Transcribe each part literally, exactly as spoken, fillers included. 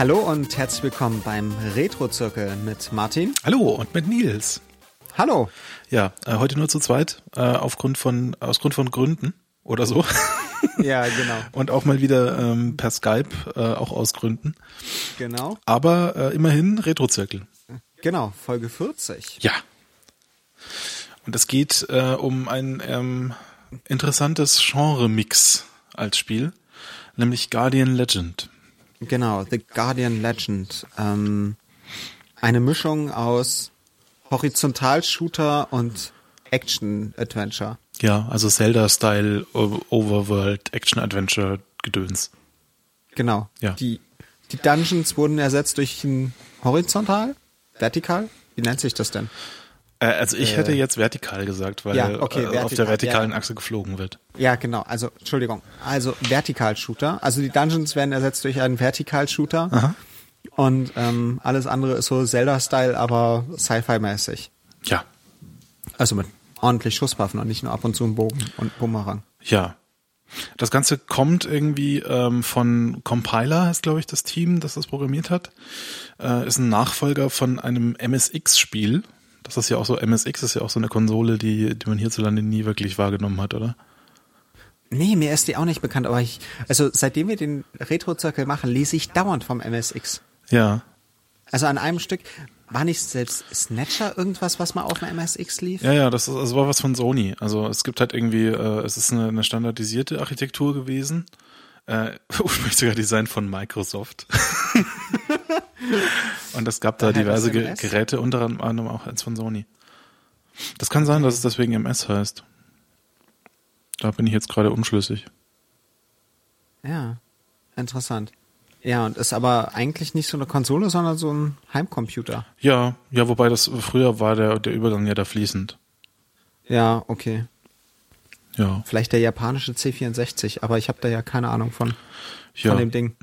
Hallo und herzlich willkommen beim Retro-Zirkel mit Martin. Hallo und mit Nils. Hallo. Ja, äh, heute nur zu zweit, äh, aufgrund von, aus Grund von Gründen oder so. Ja, genau. Und auch mal wieder ähm, per Skype, äh, auch aus Gründen. Genau. Aber äh, immerhin Retro-Zirkel. Genau, Folge vierzig. Ja. Und es geht äh, um ein ähm, interessantes Genre-Mix als Spiel, nämlich Guardian Legend. Genau, The Guardian Legend. Ähm, eine Mischung aus Horizontal-Shooter und Action-Adventure. Ja, also Zelda-Style, Overworld, Action-Adventure-Gedöns. Genau. Ja. Die, die Dungeons wurden ersetzt durch ein Horizontal? Vertikal? Wie nennt sich das denn? Äh, also ich äh, hätte jetzt vertikal gesagt, weil ja, okay, äh, auf der vertikalen ja. Achse geflogen wird. Ja, genau. Also, Entschuldigung. Also Vertikal-Shooter. Also die Dungeons werden ersetzt durch einen Vertikal-Shooter. Aha. Und ähm, alles andere ist so Zelda-Style, aber Sci-Fi-mäßig. Ja. Also mit ordentlich Schusswaffen und nicht nur ab und zu ein Bogen und Bumerang. Ja. Das Ganze kommt irgendwie ähm, von Compiler, ist glaube ich das Team, das das programmiert hat. Äh, ist ein Nachfolger von einem M S X-Spiel. Das ist ja auch so, M S X ist ja auch so eine Konsole, die, die man hierzulande nie wirklich wahrgenommen hat, oder? Nee, mir ist die auch nicht bekannt, aber ich, also seitdem wir den Retro-Zirkel machen, lese ich dauernd vom M S X. Ja. Also an einem Stück, war nicht selbst Snatcher irgendwas, was mal auf dem M S X lief? Ja, ja, das, ist, das war was von Sony. Also es gibt halt irgendwie, äh, es ist eine, eine standardisierte Architektur gewesen. Äh, ursprünglich sogar Design von Microsoft. Und es gab da diverse Ge- Geräte, unter anderem auch eins von Sony. Das kann sein, dass es deswegen M S heißt. Da bin ich jetzt gerade unschlüssig. Ja, interessant. Ja, und ist aber eigentlich nicht so eine Konsole, sondern so ein Heimcomputer. Ja, ja, wobei das früher war der, der Übergang ja da fließend. Ja, okay. Ja. Vielleicht der japanische C vierundsechzig, aber ich habe da ja keine Ahnung von, ja. von dem Ding.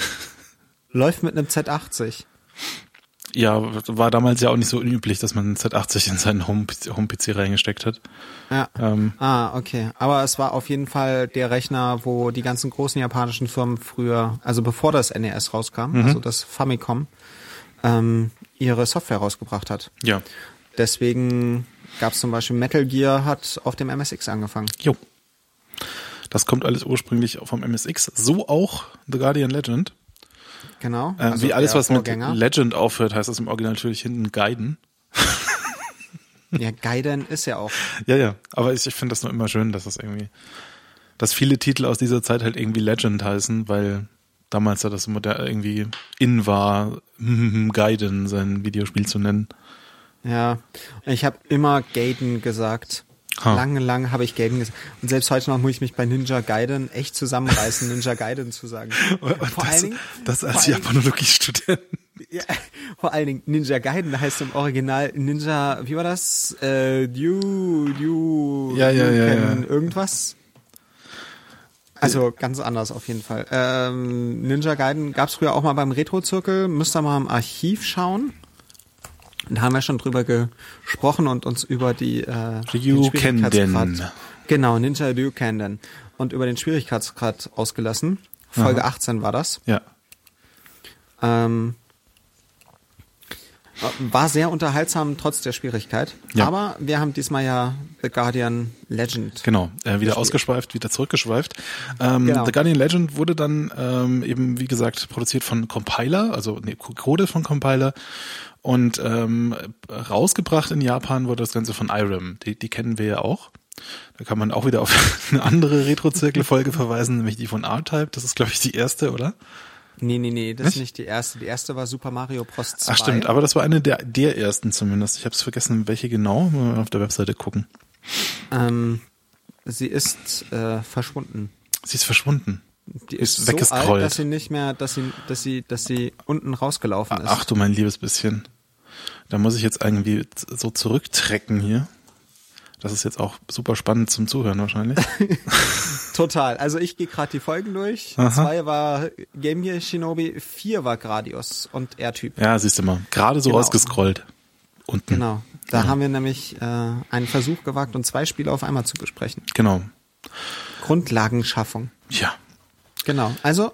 Läuft mit einem Z achtzig. Ja, war damals ja auch nicht so unüblich, dass man einen Z achtzig in seinen Home-P C reingesteckt hat. Ja. Ähm. Ah, okay. Aber es war auf jeden Fall der Rechner, wo die ganzen großen japanischen Firmen früher, also bevor das N E S rauskam, mhm. also das Famicom, ähm, ihre Software rausgebracht hat. Ja. Deswegen gab es zum Beispiel Metal Gear, hat auf dem M S X angefangen. Jo. Das kommt alles ursprünglich vom M S X. So auch The Guardian Legend. Genau. Äh, also wie alles, was Vorgänger. Mit Legend aufhört, heißt das im Original natürlich hinten Gaiden. Ja, Gaiden ist ja auch. Ja, ja. Aber ich, ich finde das nur immer schön, dass das irgendwie, dass viele Titel aus dieser Zeit halt irgendwie Legend heißen, weil damals ja das modern irgendwie in war, Gaiden sein Videospiel zu nennen. Ja, ich habe immer Gaiden gesagt. Ha. Lange, lange habe ich Gaiden gesagt. Und selbst heute noch muss ich mich bei Ninja Gaiden echt zusammenreißen, Ninja Gaiden zu sagen. Und vor das, allen Dingen, das als Japanologie-Student. Ja, vor allen Dingen, Ninja Gaiden heißt im Original Ninja, wie war das? Äh, du, du, ja, ja, ja, ja. irgendwas? Also ganz anders auf jeden Fall. Ähm, Ninja Gaiden gab es früher auch mal beim Retro-Zirkel. Müsst ihr mal im Archiv schauen. Da haben wir schon drüber gesprochen und uns über die äh, Ryukenden. Genau, Ninja Ryukenden. Und über den Schwierigkeitsgrad ausgelassen. Folge Aha. achtzehn war das. Ja. Ähm, war sehr unterhaltsam trotz der Schwierigkeit. Ja. Aber wir haben diesmal ja The Guardian Legend. Genau, äh, wieder gespielt. Ausgeschweift, wieder zurückgeschweift. Ähm, genau. The Guardian Legend wurde dann ähm, eben, wie gesagt, produziert von Compiler, also nee, Code von Compiler. Und ähm, rausgebracht in Japan wurde das Ganze von Irem. Die, die kennen wir ja auch. Da kann man auch wieder auf eine andere Retro-Zirkel-Folge verweisen, nämlich die von R-Type. Das ist, glaube ich, die erste, oder? Nee, nee, nee, das nicht? ist nicht die erste. Die erste war Super Mario Bros. zwei. Ach stimmt, aber das war eine der, der ersten zumindest. Ich habe es vergessen, welche genau. Mal auf der Webseite gucken. Ähm, sie ist äh, verschwunden. Sie ist verschwunden? Die ist, ist so alt, dass sie nicht mehr, dass sie, dass sie, dass sie unten rausgelaufen ist. Ach du mein liebes bisschen. Da muss ich jetzt irgendwie so zurücktrecken hier. Das ist jetzt auch super spannend zum Zuhören wahrscheinlich. Total. Also ich gehe gerade die Folgen durch. Aha. Zwei war Game Gear Shinobi, vier war Gradius und R-Typ. Ja, siehst du mal. Gerade so genau. Ausgescrollt. Unten. Genau. Da ja. haben wir nämlich äh, einen Versuch gewagt, und zwei Spiele auf einmal zu besprechen. Genau. Grundlagenschaffung. Ja. Genau. Also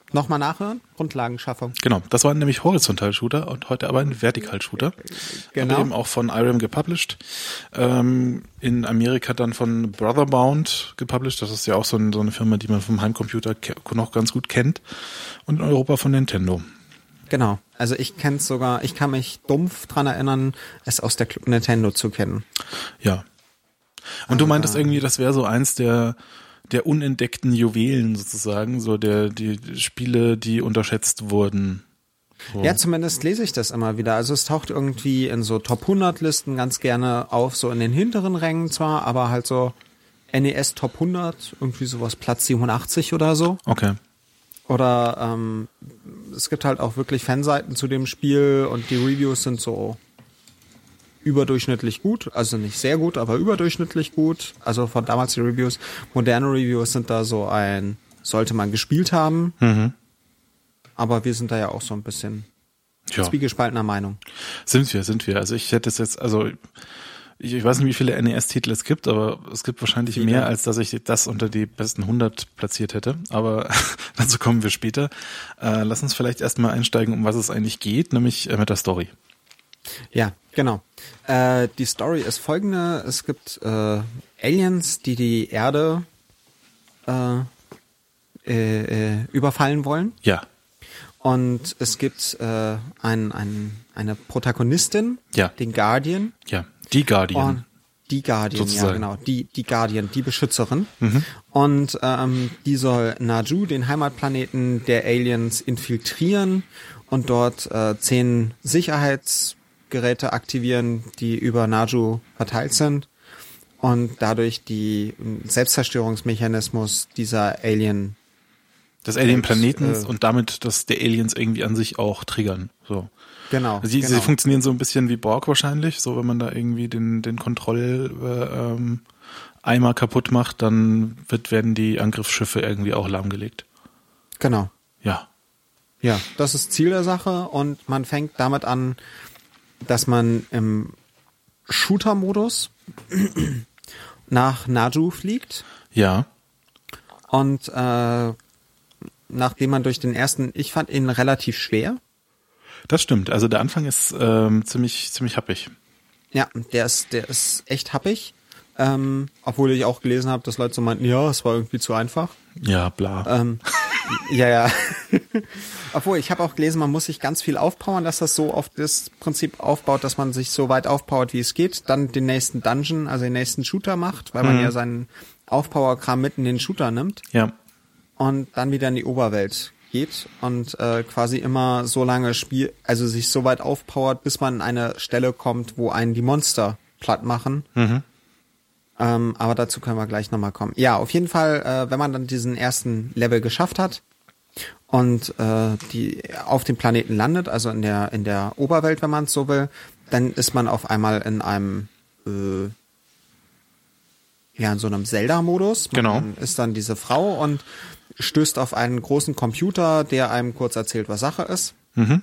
Nochmal nachhören, Grundlagenschaffung. Genau, das war nämlich Horizontal-Shooter und heute aber ein Vertikal-Shooter. Genau. Aber eben auch von Irem gepublished. Ähm, in Amerika dann von Brotherbound gepublished. Das ist ja auch so, ein, so eine Firma, die man vom Heimcomputer ke- noch ganz gut kennt. Und in Europa von Nintendo. Genau, also ich kenn's sogar, ich kann mich dumpf dran erinnern, es aus der Club Nintendo zu kennen. Ja. Und also, du meintest irgendwie, das wäre so eins der der unentdeckten Juwelen sozusagen, so der die Spiele, die unterschätzt wurden. So. Ja, zumindest lese ich das immer wieder. Also es taucht irgendwie in so Top hundert Listen ganz gerne auf, so in den hinteren Rängen zwar, aber halt so N E S Top hundert, irgendwie sowas Platz siebenundachtzig oder so. Okay. Oder ähm, es gibt halt auch wirklich Fanseiten zu dem Spiel und die Reviews sind so überdurchschnittlich gut, also nicht sehr gut, aber überdurchschnittlich gut. Also von damals die Reviews. Moderne Reviews sind da so ein, sollte man gespielt haben. Mhm. Aber wir sind da ja auch so ein bisschen ja. zwiegespaltener Meinung. Sind wir, sind wir. Also ich hätte es jetzt, also ich, ich weiß nicht, wie viele N E S-Titel es gibt, aber es gibt wahrscheinlich Viele. mehr, als dass ich das unter die besten hundert platziert hätte. Aber dazu kommen wir später. Äh, lass uns vielleicht erstmal einsteigen, um was es eigentlich geht, nämlich äh, mit der Story. Ja, genau. Äh, die Story ist folgende. Es gibt äh, Aliens, die die Erde äh, äh, äh, überfallen wollen. Ja. Und es gibt äh, ein, ein, eine Protagonistin, ja. den Guardian. Ja, die Guardian. Und die Guardian, sozusagen. ja genau. Die, die Guardian, die Beschützerin. Mhm. Und ähm, die soll Naju, den Heimatplaneten der Aliens, infiltrieren und dort äh, zehn Sicherheitsgeräte aktivieren, die über Naju verteilt sind und dadurch die Selbstzerstörungsmechanismus dieser Alien des Alien-Planetens äh, und damit das der Aliens irgendwie an sich auch triggern. So. Genau, Sie, genau. sie funktionieren so ein bisschen wie Borg wahrscheinlich, so wenn man da irgendwie den den Kontroll ähm, Eimer kaputt macht, dann wird werden die Angriffsschiffe irgendwie auch lahmgelegt. Genau. Ja. Ja, das ist Ziel der Sache und man fängt damit an, dass man im Shooter-Modus nach Naju fliegt. Ja. Und äh, nachdem man durch den ersten, ich fand ihn relativ schwer. Das stimmt. Also der Anfang ist ähm, ziemlich ziemlich happig. Ja, der ist der ist echt happig. Ähm, obwohl ich auch gelesen habe, dass Leute so meinten, ja, es war irgendwie zu einfach. Ja, bla. Ähm, ja, ja. Obwohl, ich habe auch gelesen, man muss sich ganz viel aufpowern, dass das so auf das Prinzip aufbaut, dass man sich so weit aufpowert, wie es geht, dann den nächsten Dungeon, also den nächsten Shooter macht, weil man mhm. ja seinen Aufpower-Kram mit in den Shooter nimmt. Ja. Und dann wieder in die Oberwelt geht und äh, quasi immer so lange spielt, also sich so weit aufpowert, bis man an eine Stelle kommt, wo einen die Monster platt machen. Mhm. Ähm, aber dazu können wir gleich nochmal kommen. Ja, auf jeden Fall, äh, wenn man dann diesen ersten Level geschafft hat und äh, die auf dem Planeten landet, also in der in der Oberwelt, wenn man es so will, dann ist man auf einmal in einem äh, ja in so einem Zelda-Modus. Genau. Man ist dann diese Frau und stößt auf einen großen Computer, der einem kurz erzählt, was Sache ist. Mhm.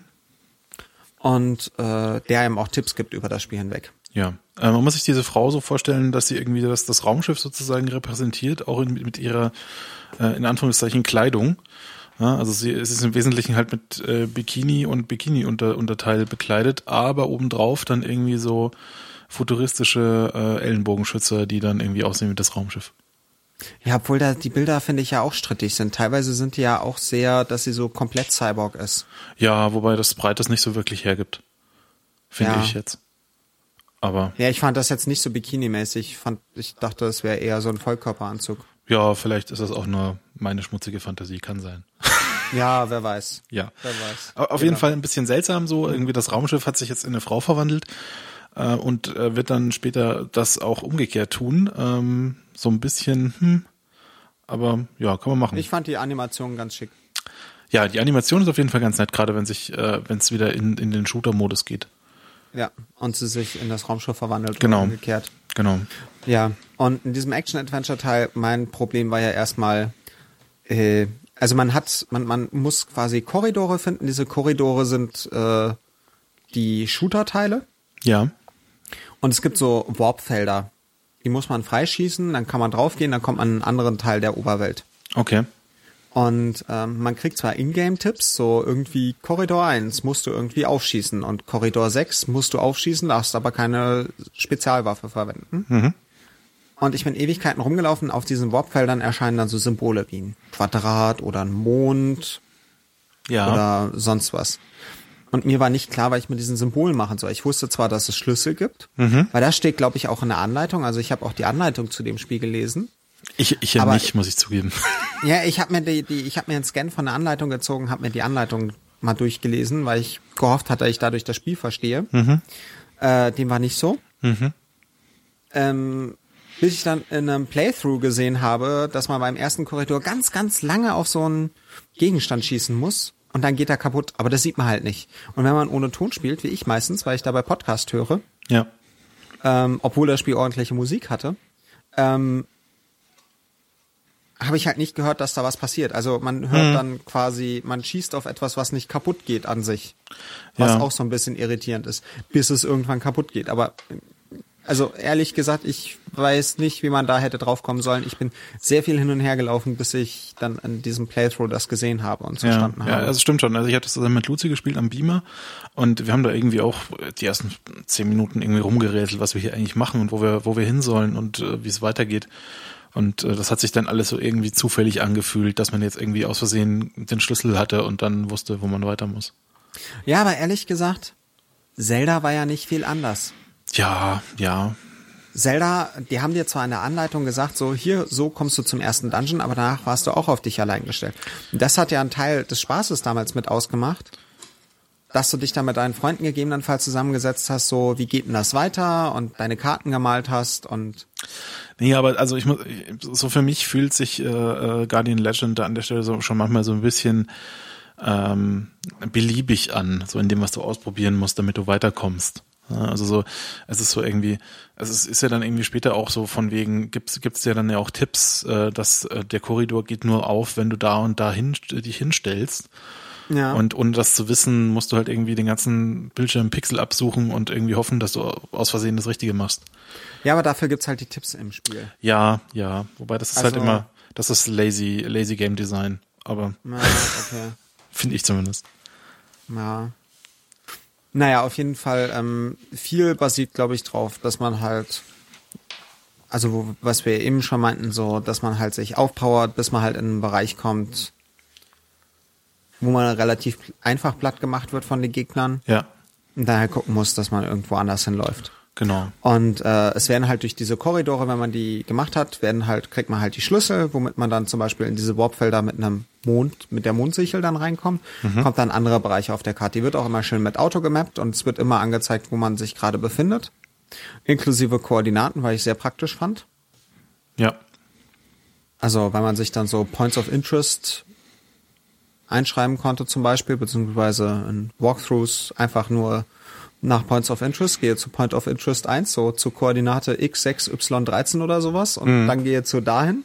Und äh, der einem auch Tipps gibt über das Spiel hinweg. Ja, äh, man muss sich diese Frau so vorstellen, dass sie irgendwie das, das Raumschiff sozusagen repräsentiert, auch in, mit ihrer, äh, in Anführungszeichen, Kleidung. Ja, also sie es ist im Wesentlichen halt mit äh, Bikini und Bikini-Unterteil bekleidet, aber obendrauf dann irgendwie so futuristische äh, Ellenbogenschützer, die dann irgendwie aussehen wie das Raumschiff. Ja, obwohl da die Bilder, finde ich, ja auch strittig sind. Teilweise sind die ja auch sehr, dass sie so komplett Cyborg ist. Ja, wobei das Breit das nicht so wirklich hergibt. Finde ja. ich jetzt. Aber. Ja, ich fand das jetzt nicht so Bikini-mäßig. Ich fand, ich dachte, es wäre eher so ein Vollkörperanzug. Ja, vielleicht ist das auch nur meine schmutzige Fantasie, kann sein. Ja, wer weiß. Ja. Wer weiß. Auf genau. jeden Fall ein bisschen seltsam so. Irgendwie das Raumschiff hat sich jetzt in eine Frau verwandelt äh, und äh, wird dann später das auch umgekehrt tun. Ähm, so ein bisschen, hm, aber ja, kann man machen. Ich fand die Animation ganz schick. Ja, die Animation ist auf jeden Fall ganz nett, gerade wenn sich, äh, wenn es wieder in, in den Shooter-Modus geht. Ja, und sie sich in das Raumschiff verwandelt genau. oder umgekehrt. Genau. Ja, und in diesem Action-Adventure-Teil, mein Problem war ja erstmal, äh, also man hat, man, man muss quasi Korridore finden. Diese Korridore sind äh, die Shooter-Teile. Ja. Und es gibt so Warp-Felder. Die muss man freischießen, dann kann man draufgehen, dann kommt man in einen anderen Teil der Oberwelt. Okay. Und ähm, man kriegt zwar Ingame-Tipps, so irgendwie Korridor eins musst du irgendwie aufschießen und Korridor sechs musst du aufschießen, darfst aber keine Spezialwaffe verwenden. Mhm. Und ich bin Ewigkeiten rumgelaufen, auf diesen Warpfeldern erscheinen dann so Symbole wie ein Quadrat oder ein Mond ja. oder sonst was. Und mir war nicht klar, was ich mit diesen Symbolen machen soll. Ich wusste zwar, dass es Schlüssel gibt, mhm. weil das steht, glaube ich, auch in der Anleitung. Also ich habe auch die Anleitung zu dem Spiel gelesen. Ich, ich ja aber nicht, muss ich zugeben. Ja, ich habe mir die, die, ich habe mir einen Scan von der Anleitung gezogen, habe mir die Anleitung mal durchgelesen, weil ich gehofft hatte, dass ich dadurch das Spiel verstehe. Mhm. Äh, dem war nicht so. Mhm. Ähm, bis ich dann in einem Playthrough gesehen habe, dass man beim ersten Korridor ganz, ganz lange auf so einen Gegenstand schießen muss und dann geht er kaputt. Aber das sieht man halt nicht. Und wenn man ohne Ton spielt, wie ich meistens, weil ich dabei Podcast höre, ja, ähm, obwohl das Spiel ordentliche Musik hatte, ähm, habe ich halt nicht gehört, dass da was passiert. Also man hört hm. dann quasi, man schießt auf etwas, was nicht kaputt geht an sich. Was ja. auch so ein bisschen irritierend ist, bis es irgendwann kaputt geht. Aber also ehrlich gesagt, ich weiß nicht, wie man da hätte drauf kommen sollen. Ich bin sehr viel hin und her gelaufen, bis ich dann in diesem Playthrough das gesehen habe und verstanden ja, habe. Ja, also stimmt schon. Also ich habe das dann mit Luzi gespielt am Beamer und wir haben da irgendwie auch die ersten zehn Minuten irgendwie rumgerätselt, was wir hier eigentlich machen und wo wir, wo wir hin sollen und äh, wie es weitergeht. Und äh, das hat sich dann alles so irgendwie zufällig angefühlt, dass man jetzt irgendwie aus Versehen den Schlüssel hatte und dann wusste, wo man weiter muss. Ja, aber ehrlich gesagt, Zelda war ja nicht viel anders. Ja, ja. Zelda, die haben dir zwar in der Anleitung gesagt, so hier, so kommst du zum ersten Dungeon, aber danach warst du auch auf dich allein gestellt. Das hat ja einen Teil des Spaßes damals mit ausgemacht, dass du dich da mit deinen Freunden gegebenenfalls zusammengesetzt hast, so wie geht denn das weiter und deine Karten gemalt hast und... Nee, aber also ich muss, so für mich fühlt sich äh, Guardian Legend da an der Stelle so schon manchmal so ein bisschen ähm, beliebig an, so in dem, was du ausprobieren musst, damit du weiterkommst. Ja, also so, es ist so irgendwie, also es ist ja dann irgendwie später auch so von wegen, gibt's gibt's ja dann ja auch Tipps, äh, dass äh, der Korridor geht nur auf, wenn du da und da hin, dich hinstellst. Ja. Und ohne das zu wissen, musst du halt irgendwie den ganzen Bildschirm Pixel absuchen und irgendwie hoffen, dass du aus Versehen das Richtige machst. Ja, aber dafür gibt's halt die Tipps im Spiel. Ja, ja. Wobei das ist also, halt immer, das ist lazy, lazy Game Design. Aber ja, okay. Finde ich zumindest. Ja. Naja, auf jeden Fall ähm, viel basiert, glaube ich, drauf, dass man halt, also wo, was wir eben schon meinten, so, dass man halt sich aufpowert, bis man halt in einen Bereich kommt, wo man relativ einfach platt gemacht wird von den Gegnern. Ja. Und daher gucken muss, dass man irgendwo anders hinläuft. Genau. Und äh, es werden halt durch diese Korridore, wenn man die gemacht hat, werden halt, kriegt man halt die Schlüssel, womit man dann zum Beispiel in diese Warpfelder mit einem Mond, mit der Mondsichel dann reinkommt. Mhm. Kommt dann andere Bereiche auf der Karte. Die wird auch immer schön mit Auto gemappt und es wird immer angezeigt, wo man sich gerade befindet. Inklusive Koordinaten, weil ich sehr praktisch fand. Ja. Also, weil man sich dann so Points of Interest einschreiben konnte zum Beispiel, beziehungsweise in Walkthroughs einfach nur nach Points of Interest, gehe zu Point of Interest eins, so zu Koordinate x sechs y dreizehn oder sowas und mhm. dann gehe zu dahin.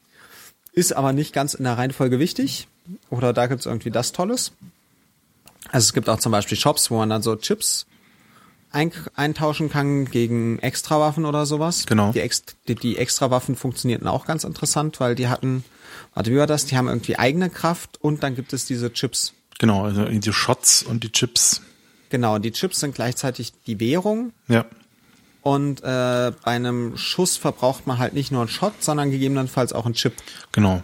Ist aber nicht ganz in der Reihenfolge wichtig. Oder da gibt's irgendwie das Tolles. Also es gibt auch zum Beispiel Shops, wo man dann so Chips ein, eintauschen kann gegen Extrawaffen oder sowas. Genau. Die, Ext, die, die Extrawaffen funktionierten auch ganz interessant, weil die hatten, warte, wie war das? Die haben irgendwie eigene Kraft und dann gibt es diese Chips. Genau, also die Shots und die Chips. Genau, die Chips sind gleichzeitig die Währung. Ja. Und äh, bei einem Schuss verbraucht man halt nicht nur einen Shot, sondern gegebenenfalls auch einen Chip. Genau.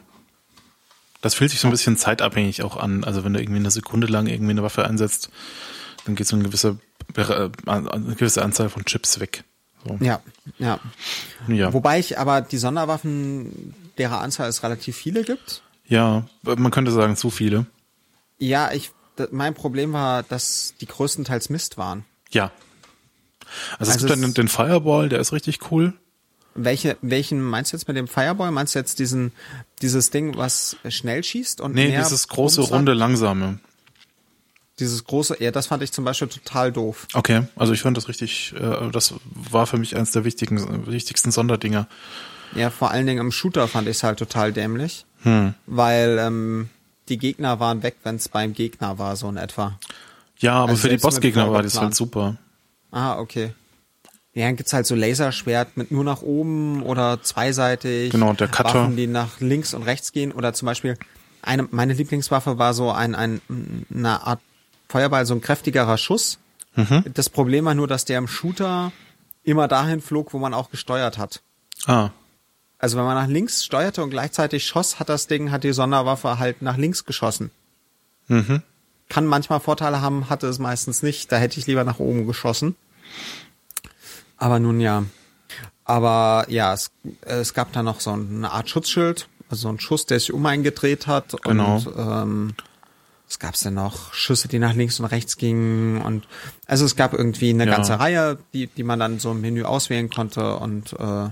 Das fühlt sich so ein bisschen zeitabhängig auch an. Also wenn du irgendwie eine Sekunde lang irgendwie eine Waffe einsetzt, dann geht so eine gewisse, äh, eine gewisse Anzahl von Chips weg. So. Ja, ja, ja. Wobei ich aber die Sonderwaffen, derer Anzahl es relativ viele gibt. Ja, man könnte sagen, zu viele. Ja, ich mein Problem war, dass die größtenteils Mist waren. Ja. Also, also es gibt dann den Fireball, der ist richtig cool. Welche, welchen meinst du jetzt mit dem Fireball? Meinst du jetzt diesen, dieses Ding, was schnell schießt und nee, mehr dieses große, runde, langsame. Dieses große, ja, das fand ich zum Beispiel total doof. Okay, also ich fand das richtig, äh, das war für mich eines der wichtigen, wichtigsten Sonderdinger. Ja, vor allen Dingen im Shooter fand ich es halt total dämlich. Hm. Weil, ähm, die Gegner waren weg, wenn es beim Gegner war, so in etwa. Ja, aber also für die Bossgegner war das halt super. Ah, okay. Ja, dann gibt's halt so Laserschwert mit nur nach oben oder zweiseitig. Genau, der Cutter. Waffen, die nach links und rechts gehen. Oder zum Beispiel eine, meine Lieblingswaffe war so ein, ein, eine Art Feuerball, so ein kräftigerer Schuss. Mhm. Das Problem war nur, dass der im Shooter immer dahin flog, wo man auch gesteuert hat. Ah. Also wenn man nach links steuerte und gleichzeitig schoss, hat das Ding, hat die Sonderwaffe halt nach links geschossen. Mhm. Kann manchmal Vorteile haben, hatte es meistens nicht. Da hätte ich lieber nach oben geschossen. Aber nun ja. Aber ja, es, es gab da noch so eine Art Schutzschild, also so ein Schuss, der sich um einen gedreht hat. Genau. Und ähm, es gab dann noch Schüsse, die nach links und rechts gingen. Und also es gab irgendwie eine ja. ganze Reihe, die, die man dann so im Menü auswählen konnte und äh,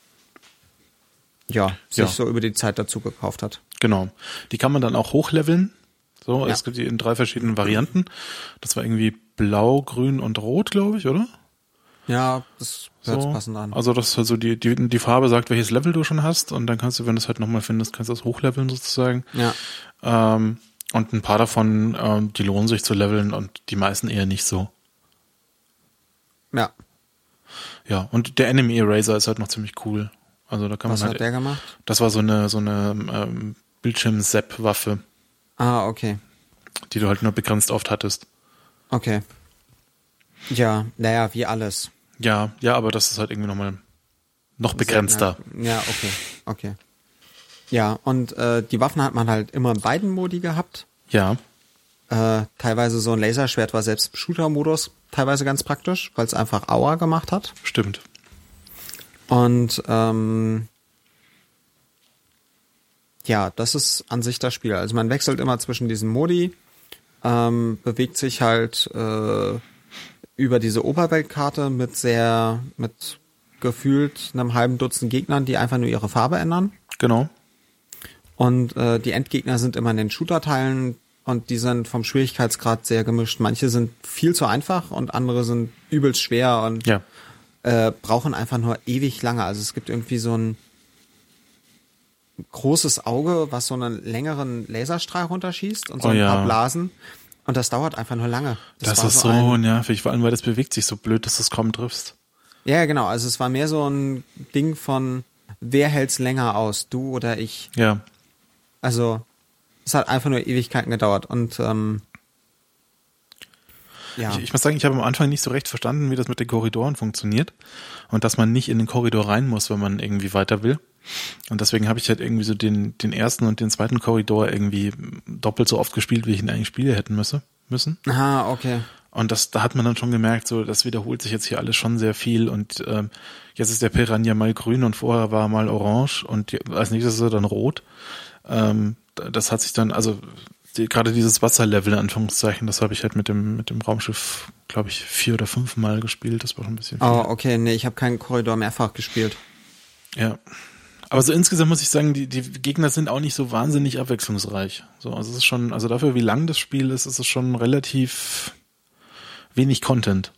ja, sich ja. so über die Zeit dazu gekauft hat. Genau. Die kann man dann auch hochleveln. So, ja. Es gibt die in drei verschiedenen Varianten. Das war irgendwie blau, grün und rot, glaube ich, oder? Ja, das hört so. passend an. Also das also die, die die Farbe sagt, welches Level du schon hast und dann kannst du, wenn du es halt nochmal findest, kannst du das hochleveln sozusagen. Ja. Ähm, und ein paar davon, ähm, die lohnen sich zu leveln und die meisten eher nicht so. Ja. Ja, und der Enemy Eraser ist halt noch ziemlich cool. Also da kann Was man halt. Was hat der gemacht? Das war so eine so eine ähm, Bildschirm-Zap-Waffe. Ah, okay. Die du halt nur begrenzt oft hattest. Okay. Ja, naja, wie alles. Ja, ja, aber das ist halt irgendwie nochmal noch begrenzter. Ja, okay, okay. Ja, und äh, die Waffen hat man halt immer in beiden Modi gehabt. Ja. Äh, teilweise so ein Laserschwert war selbst im Shooter-Modus teilweise ganz praktisch, weil es einfach Aua gemacht hat. Stimmt. Und ähm, ja, das ist an sich das Spiel. Also man wechselt immer zwischen diesen Modi, ähm, bewegt sich halt äh, über diese Oberweltkarte mit sehr, mit gefühlt einem halben Dutzend Gegnern, die einfach nur ihre Farbe ändern. Genau. Und äh, die Endgegner sind immer in den Shooter-Teilen und die sind vom Schwierigkeitsgrad sehr gemischt. Manche sind viel zu einfach und andere sind übelst schwer und ja. äh, brauchen einfach nur ewig lange. Also es gibt irgendwie so ein großes Auge, was so einen längeren Laserstrahl runterschießt und so oh, ein ja. paar Blasen. Und das dauert einfach nur lange. Das, das ist so, so nervig, vor allem, weil das bewegt sich so blöd, dass du es kaum triffst. Ja, genau. Also es war mehr so ein Ding von, wer hält's länger aus, du oder ich? Ja. Also es hat einfach nur Ewigkeiten gedauert. Und ähm, ja. Ich, ich muss sagen, ich habe am Anfang nicht so recht verstanden, wie das mit den Korridoren funktioniert. Und dass man nicht in den Korridor rein muss, wenn man irgendwie weiter will. Und deswegen habe ich halt irgendwie so den den ersten und den zweiten Korridor irgendwie doppelt so oft gespielt, wie ich ihn eigentlich spielen hätten müsse, müssen. Aha, okay. Und das, da hat man dann schon gemerkt, so das wiederholt sich jetzt hier alles schon sehr viel. Und ähm, jetzt ist der Piranha mal grün und vorher war er mal orange und die, als nächstes ist er dann rot. Ähm, das hat sich dann, also die, gerade dieses Wasserlevel, in Anführungszeichen, das habe ich halt mit dem mit dem Raumschiff, glaube ich, vier oder fünf Mal gespielt. Das war schon ein bisschen viel. Oh, okay, nee, ich habe keinen Korridor mehrfach gespielt. Ja. Aber so insgesamt muss ich sagen, die, die Gegner sind auch nicht so wahnsinnig abwechslungsreich. So, also es ist schon, also dafür, wie lang das Spiel ist, ist es schon relativ wenig Content.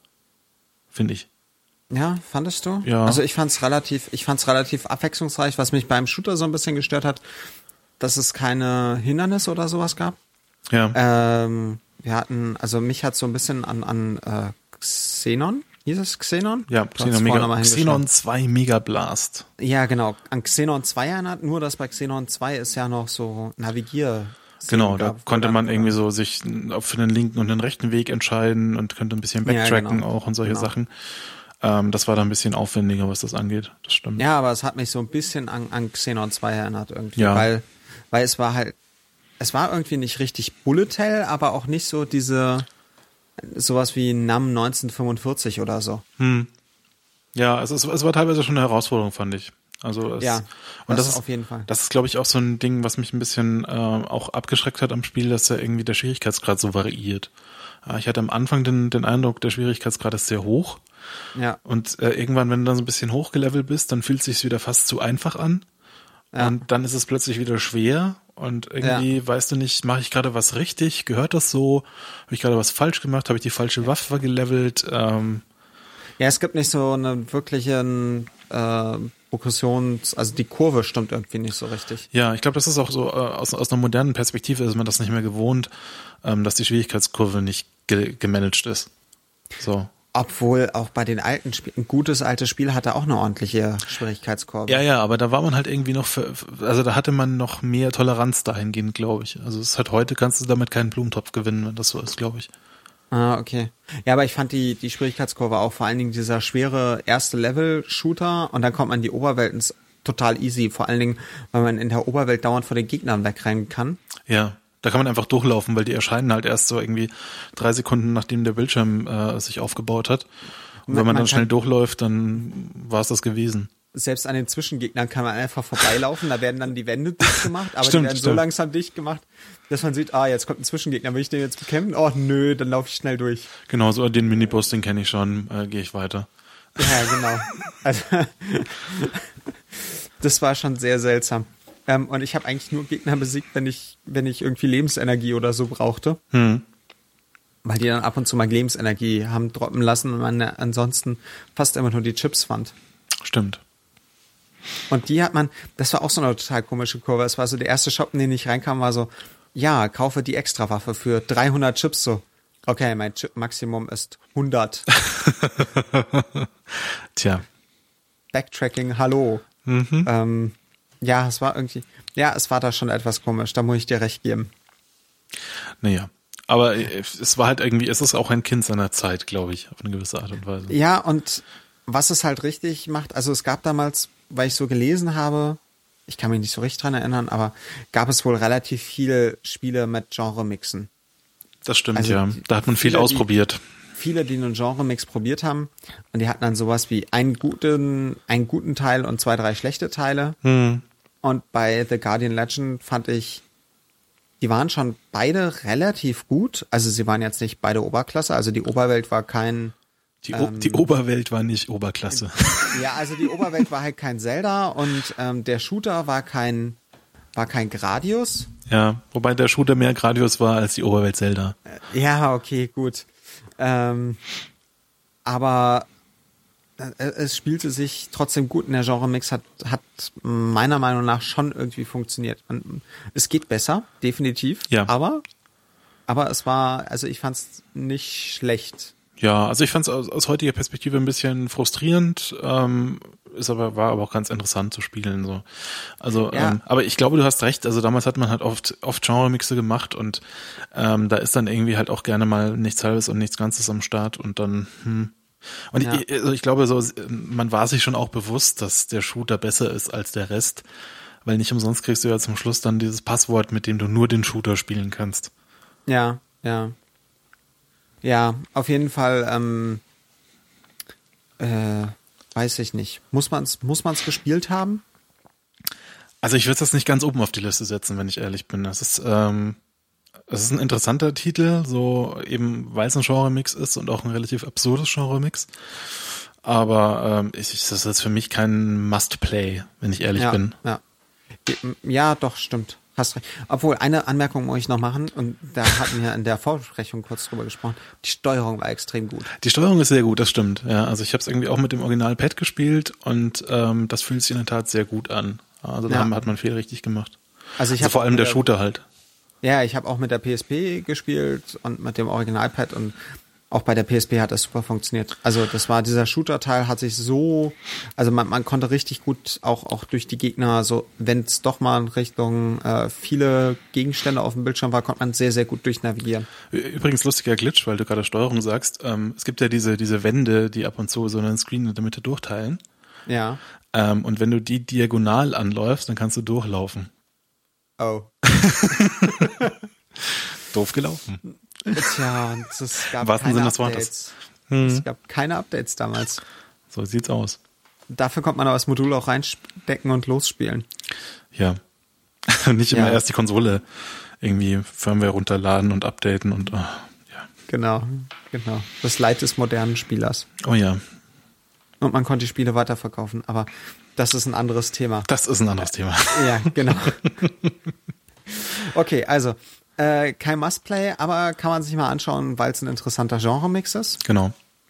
Finde ich. Ja, fandest du? Ja. Also ich fand's relativ, ich fand's relativ abwechslungsreich, was mich beim Shooter so ein bisschen gestört hat, dass es keine Hindernisse oder sowas gab. Ja. Ähm, wir hatten, also mich hat so ein bisschen an, an äh, Xenon. Hieß es Xenon? Ja, Xenon, Mega, Xenon zwei Mega Blast. Ja, genau. An Xenon zwei erinnert, nur dass bei Xenon zwei ist ja noch so Navigier. Genau, da konnte man irgendwie so sich für den linken und den rechten Weg entscheiden und könnte ein bisschen backtracken ja, genau. auch und solche genau. Sachen. Ähm, das war da ein bisschen aufwendiger, was das angeht. Das stimmt. Ja, aber es hat mich so ein bisschen an, an Xenon zwei erinnert irgendwie, ja. weil, weil es war halt, es war irgendwie nicht richtig Bullet Hell, aber auch nicht so diese sowas wie N A M neunzehnhundertfünfundvierzig oder so. Hm. Ja, es, ist, es war teilweise schon eine Herausforderung, fand ich. Also es, ja, und das, das ist auf jeden Fall. Das ist, glaube ich, auch so ein Ding, was mich ein bisschen äh, auch abgeschreckt hat am Spiel, dass ja irgendwie der Schwierigkeitsgrad so variiert. Äh, ich hatte am Anfang den, den Eindruck, der Schwierigkeitsgrad ist sehr hoch. Ja. Und äh, irgendwann, wenn du dann so ein bisschen hochgelevelt bist, dann fühlt es sich wieder fast zu einfach an. Ja. Und dann ist es plötzlich wieder schwer. Und irgendwie ja. weißt du nicht, mache ich gerade was richtig? Gehört das so? Habe ich gerade was falsch gemacht? Habe ich die falsche Waffe gelevelt? Ähm, ja, es gibt nicht so eine wirkliche äh, Progressions-, also die Kurve stimmt irgendwie nicht so richtig. Ja, ich glaube, das ist auch so äh, aus, aus einer modernen Perspektive ist man das nicht mehr gewohnt, ähm, dass die Schwierigkeitskurve nicht ge- gemanagt ist. So. Obwohl auch bei den alten Spielen, ein gutes altes Spiel hatte auch eine ordentliche Schwierigkeitskurve. Ja, ja, aber da war man halt irgendwie noch, für, also da hatte man noch mehr Toleranz dahingehend, glaube ich. Also es ist halt heute, kannst du damit keinen Blumentopf gewinnen, wenn das so ist, glaube ich. Ah, okay. Ja, aber ich fand die die Schwierigkeitskurve auch vor allen Dingen dieser schwere erste Level-Shooter und dann kommt man in die Oberwelt ins total easy. Vor allen Dingen, weil man in der Oberwelt dauernd vor den Gegnern wegrennen kann. Ja. Da kann man einfach durchlaufen, weil die erscheinen halt erst so irgendwie drei Sekunden, nachdem der Bildschirm äh, sich aufgebaut hat. Und man, wenn man dann schnell durchläuft, dann war es das gewesen. Selbst an den Zwischengegnern kann man einfach vorbeilaufen, da werden dann die Wände dicht gemacht, aber stimmt, die werden stimmt. so langsam dicht gemacht, dass man sieht, ah, jetzt kommt ein Zwischengegner, will ich den jetzt bekämpfen? Oh, nö, dann laufe ich schnell durch. Genau, so den Miniboss, den kenne ich schon, äh, gehe ich weiter. Ja, genau. Also, das war schon sehr seltsam. Ähm, und ich habe eigentlich nur Gegner besiegt, wenn ich, wenn ich irgendwie Lebensenergie oder so brauchte. Hm. Weil die dann ab und zu mal Lebensenergie haben droppen lassen und man ansonsten fast immer nur die Chips fand. Stimmt. Und die hat man, das war auch so eine total komische Kurve. Es war so der erste Shop, in den ich reinkam, war so, ja, kaufe die Extrawaffe für dreihundert Chips. So, okay, mein Chip-Maximum ist hundert. Tja. Backtracking, hallo. Mhm. Ähm, ja, es war irgendwie, ja, es war da schon etwas komisch, da muss ich dir recht geben. Naja, aber es war halt irgendwie, es ist auch ein Kind seiner Zeit, glaube ich, auf eine gewisse Art und Weise. Ja, und was es halt richtig macht, also es gab damals, weil ich so gelesen habe, ich kann mich nicht so richtig dran erinnern, aber gab es wohl relativ viele Spiele mit Genre-Mixen. Das stimmt, Also ja. Da hat man viel viele, ausprobiert. Die, viele, die einen Genre-Mix probiert haben und die hatten dann sowas wie einen guten, einen guten Teil und zwei, drei schlechte Teile. Hm. Und bei The Guardian Legend fand ich, die waren schon beide relativ gut. Also sie waren jetzt nicht beide Oberklasse, also die Oberwelt war kein... Die, o- ähm, die Oberwelt war nicht Oberklasse. Ja, also die Oberwelt war halt kein Zelda und ähm, der Shooter war kein war kein Gradius. Ja, wobei der Shooter mehr Gradius war als die Oberwelt Zelda. Ja, okay, gut. Ähm, aber es spielte sich trotzdem gut und der Genre-Mix hat, hat meiner Meinung nach schon irgendwie funktioniert. Man, es geht besser, definitiv. Ja. Aber, aber es war, also ich fand's nicht schlecht. Ja, also ich fand es aus, aus heutiger Perspektive ein bisschen frustrierend, ähm, ist aber war aber auch ganz interessant zu spielen so. Also, Ja. ähm, aber ich glaube, du hast recht. Also damals hat man halt oft oft Genre-Mixe gemacht und ähm, da ist dann irgendwie halt auch gerne mal nichts Halbes und nichts Ganzes am Start und dann. Hm. Und Ja. ich, also ich glaube, so man war sich schon auch bewusst, dass der Shooter besser ist als der Rest, weil nicht umsonst kriegst du ja zum Schluss dann dieses Passwort, mit dem du nur den Shooter spielen kannst. Ja, ja. Ja, auf jeden Fall, ähm, äh, weiß ich nicht. Muss man's, muss man's gespielt haben? Also ich würde das nicht ganz oben auf die Liste setzen, wenn ich ehrlich bin. Das ist, ähm, es ist ein interessanter Titel, so eben weil es ein Genre-Mix ist und auch ein relativ absurdes Genre-Mix. Aber ähm, ich, das ist jetzt für mich kein Must-Play, wenn ich ehrlich ja, bin. Ja. Ja, doch, stimmt. Hast recht. Obwohl, eine Anmerkung muss ich noch machen, und da hatten wir in der Vorbesprechung kurz drüber gesprochen. Die Steuerung war extrem gut. Die Steuerung ist sehr gut, das stimmt. Ja, also ich habe es irgendwie auch mit dem Original-Pad gespielt und ähm, das fühlt sich in der Tat sehr gut an. Also da Ja. hat man viel richtig gemacht. Also ich Also habe vor allem der Shooter halt. Ja, ich habe auch mit der P S P gespielt und mit dem Originalpad und auch bei der P S P hat das super funktioniert. Also das war, dieser Shooter-Teil hat sich so, also man, man konnte richtig gut auch auch durch die Gegner, so wenn es doch mal in Richtung äh, viele Gegenstände auf dem Bildschirm war, konnte man sehr, sehr gut durchnavigieren. Übrigens lustiger Glitch, weil du gerade Steuerung sagst. Ähm, es gibt ja diese diese Wände, die ab und zu so einen Screen in der Mitte durchteilen. Ja. Ähm, und wenn du die diagonal anläufst, dann kannst du durchlaufen. Oh. Doof gelaufen. Tja, und es gab wahrsten keine Sinne des Updates. Hm. Es gab keine Updates damals. So sieht's aus. Dafür konnte man aber das Modul auch reinstecken und losspielen. Ja. Nicht immer Ja. erst die Konsole irgendwie Firmware runterladen und updaten und oh, ja. Genau, genau. Das Leid des modernen Spielers. Oh ja. Und man konnte die Spiele weiterverkaufen, aber das ist ein anderes Thema. Das ist ein anderes Thema. Ja, genau. Okay, also äh, kein Must-Play, aber kann man sich mal anschauen, weil es ein interessanter Genre-Mix ist. Genau.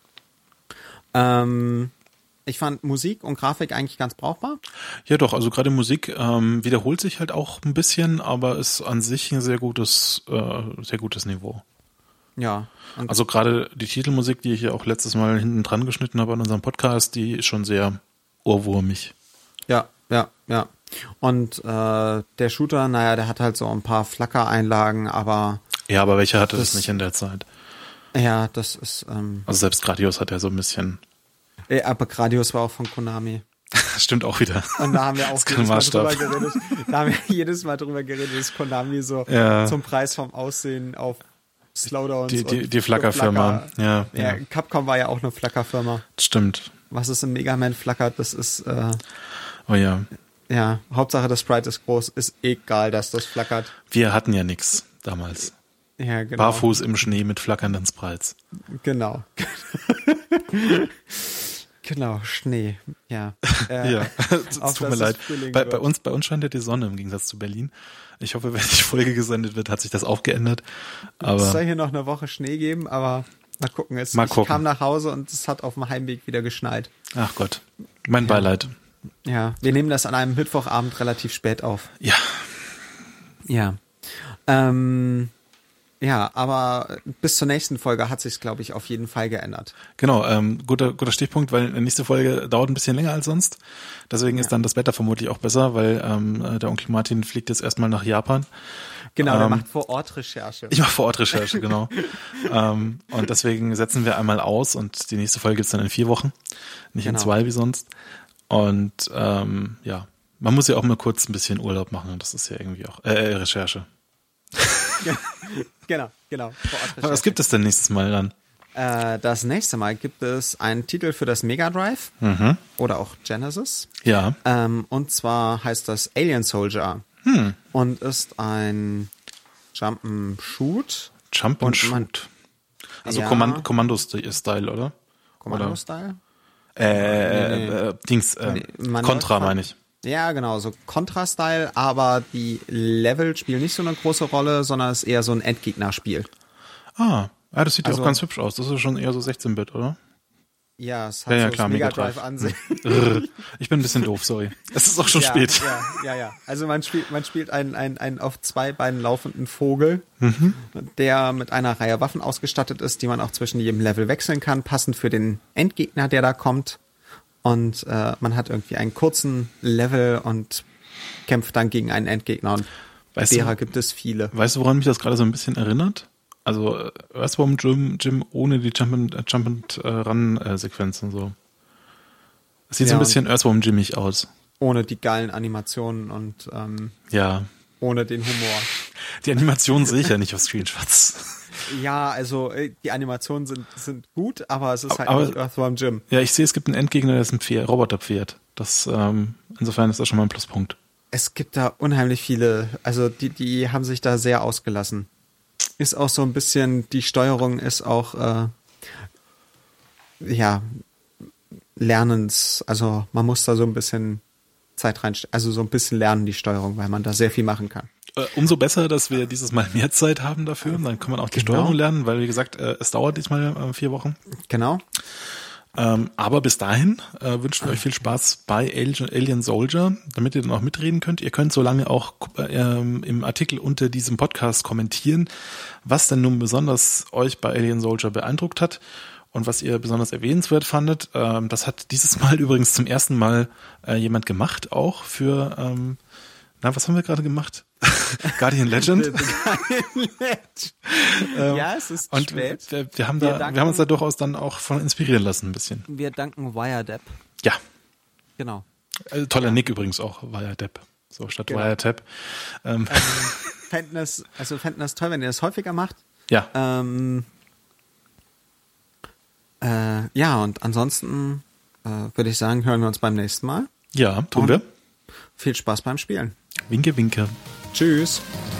Ähm, ich fand Musik und Grafik eigentlich ganz brauchbar. Ja doch, also gerade Musik ähm, wiederholt sich halt auch ein bisschen, aber ist an sich ein sehr gutes, äh, sehr gutes Niveau. Ja. Also gerade die Titelmusik, die ich ja auch letztes Mal hinten dran geschnitten habe an unserem Podcast, die ist schon sehr ohrwurmig. Ja, ja, ja. Und äh, der Shooter, naja, der hat halt so ein paar Flacker-Einlagen, aber... Ja, aber welcher hatte das, das nicht in der Zeit? Ja, das ist... Ähm, also selbst Gradius hat ja so ein bisschen... Äh, aber Gradius war auch von Konami. Stimmt auch wieder. Und da haben wir auch jedes Mal drüber geredet. Da haben wir jedes Mal drüber geredet, dass Konami so ja. zum Preis vom Aussehen auf Slowdowns die, die, und die Flackerfirma. Flacker. Ja, ja, ja. Capcom war ja auch eine Flackerfirma. Stimmt. Was es im Mega Man flackert, das ist äh, oh ja. Ja, Hauptsache das Sprite ist groß, ist egal, dass das flackert. Wir hatten ja nix damals. Ja, genau. Barfuß im Schnee mit flackernden Sprites. Genau. Genau, Schnee, ja. Äh, ja, es tut mir leid. Bei, bei, uns, bei uns scheint ja die Sonne im Gegensatz zu Berlin. Ich hoffe, wenn die Folge gesendet wird, hat sich das auch geändert. Aber es soll hier noch eine Woche Schnee geben, aber mal gucken. Es, mal gucken. Ich kam nach Hause und es hat auf dem Heimweg wieder geschneit. Ach Gott, mein ja. Beileid. Ja, wir nehmen das an einem Mittwochabend relativ spät auf. Ja. Ja. Ähm... Ja, aber bis zur nächsten Folge hat sich's, glaube ich, auf jeden Fall geändert. Genau, ähm, guter, guter Stichpunkt, weil die nächste Folge dauert ein bisschen länger als sonst. Deswegen ja. ist dann das Wetter vermutlich auch besser, weil ähm, der Onkel Martin fliegt jetzt erstmal nach Japan. Genau, ähm, der macht Vor-Ort-Recherche. Ich mache Vor-Ort-Recherche, genau. ähm, und deswegen setzen wir einmal aus und die nächste Folge gibt's dann in vier Wochen, nicht genau. in zwei wie sonst. Und ähm, ja, man muss ja auch mal kurz ein bisschen Urlaub machen. Das ist ja irgendwie auch äh, Recherche. Genau, genau. Aber was gibt es denn nächstes Mal dann? Äh, das nächste Mal gibt es einen Titel für das Mega Drive mhm. oder auch Genesis. Ja. Ähm, und zwar heißt das Alien Soldier hm. und ist ein Jump'n'Shoot. Jump'n'Shoot. Also ja. Kommand- Kommando-Style, oder? Kommando-Style? Äh, nee, nee. äh, Dings, äh, nee, Contra meine ich. Ja, genau, so Contra-Style, aber die Level spielen nicht so eine große Rolle, sondern es ist eher so ein Endgegnerspiel. Ah, ja, das sieht ja also, auch ganz hübsch aus. Das ist schon eher so sechzehn Bit, oder? Ja, es hat ja, so ja, klar, das Mega Drive an sich. Ich bin ein bisschen doof, sorry. Es ist auch schon ja, spät. Ja, ja, ja. Also man spielt, man spielt einen, einen, einen auf zwei Beinen laufenden Vogel, mhm. der mit einer Reihe Waffen ausgestattet ist, die man auch zwischen jedem Level wechseln kann, passend für den Endgegner, der da kommt. Und äh, man hat irgendwie einen kurzen Level und kämpft dann gegen einen Endgegner. Und weißt derer du, gibt es viele. Weißt du, woran mich das gerade so ein bisschen erinnert? Also Earthworm Jim, Jim ohne die Jump-and-Run-Sequenz und so. Es sieht ja, so ein bisschen Earthworm Jimmig aus. Ohne die geilen Animationen und ähm, ja. ohne den Humor. Die Animationen sehe ich ja nicht auf Screenshots. Ja, also die Animationen sind sind gut, aber es ist halt aber, nicht Earthworm Jim. Ja, ich sehe, es gibt einen Endgegner, der ist ein Pferd, Roboterpferd. Das, ähm, insofern ist das schon mal ein Pluspunkt. Es gibt da unheimlich viele, also die die haben sich da sehr ausgelassen. Ist auch so ein bisschen, die Steuerung ist auch, äh, ja, lernens, also man muss da so ein bisschen Zeit reinstecken, also so ein bisschen lernen die Steuerung, weil man da sehr viel machen kann. Umso besser, dass wir dieses Mal mehr Zeit haben dafür. Dann kann man auch die genau. Steuerung lernen, weil wie gesagt, es dauert diesmal vier Wochen. Genau. Ähm, aber bis dahin äh, wünschen wir euch viel Spaß bei Alien Soldier, damit ihr dann auch mitreden könnt. Ihr könnt so lange auch ähm, im Artikel unter diesem Podcast kommentieren, was denn nun besonders euch bei Alien Soldier beeindruckt hat und was ihr besonders erwähnenswert fandet. Ähm, das hat dieses Mal übrigens zum ersten Mal äh, jemand gemacht, auch für, ähm, na, was haben wir gerade gemacht? Guardian Legend. Guardian Legend. ähm, ja, es ist und spät. Wir, wir, haben wir, da, danken, wir haben uns da durchaus dann auch von inspirieren lassen ein bisschen. Wir danken Wiredap. Ja. Genau. Also, toller ja. Nick übrigens auch, Wiredap. So statt genau. Wiretap. Ähm. Ähm, fänden es, also fänden es toll, wenn ihr das häufiger macht. Ja. Ähm, äh, ja, und ansonsten äh, würde ich sagen, hören wir uns beim nächsten Mal. Ja, tun und wir. Viel Spaß beim Spielen. Winke, winke. Tschüss.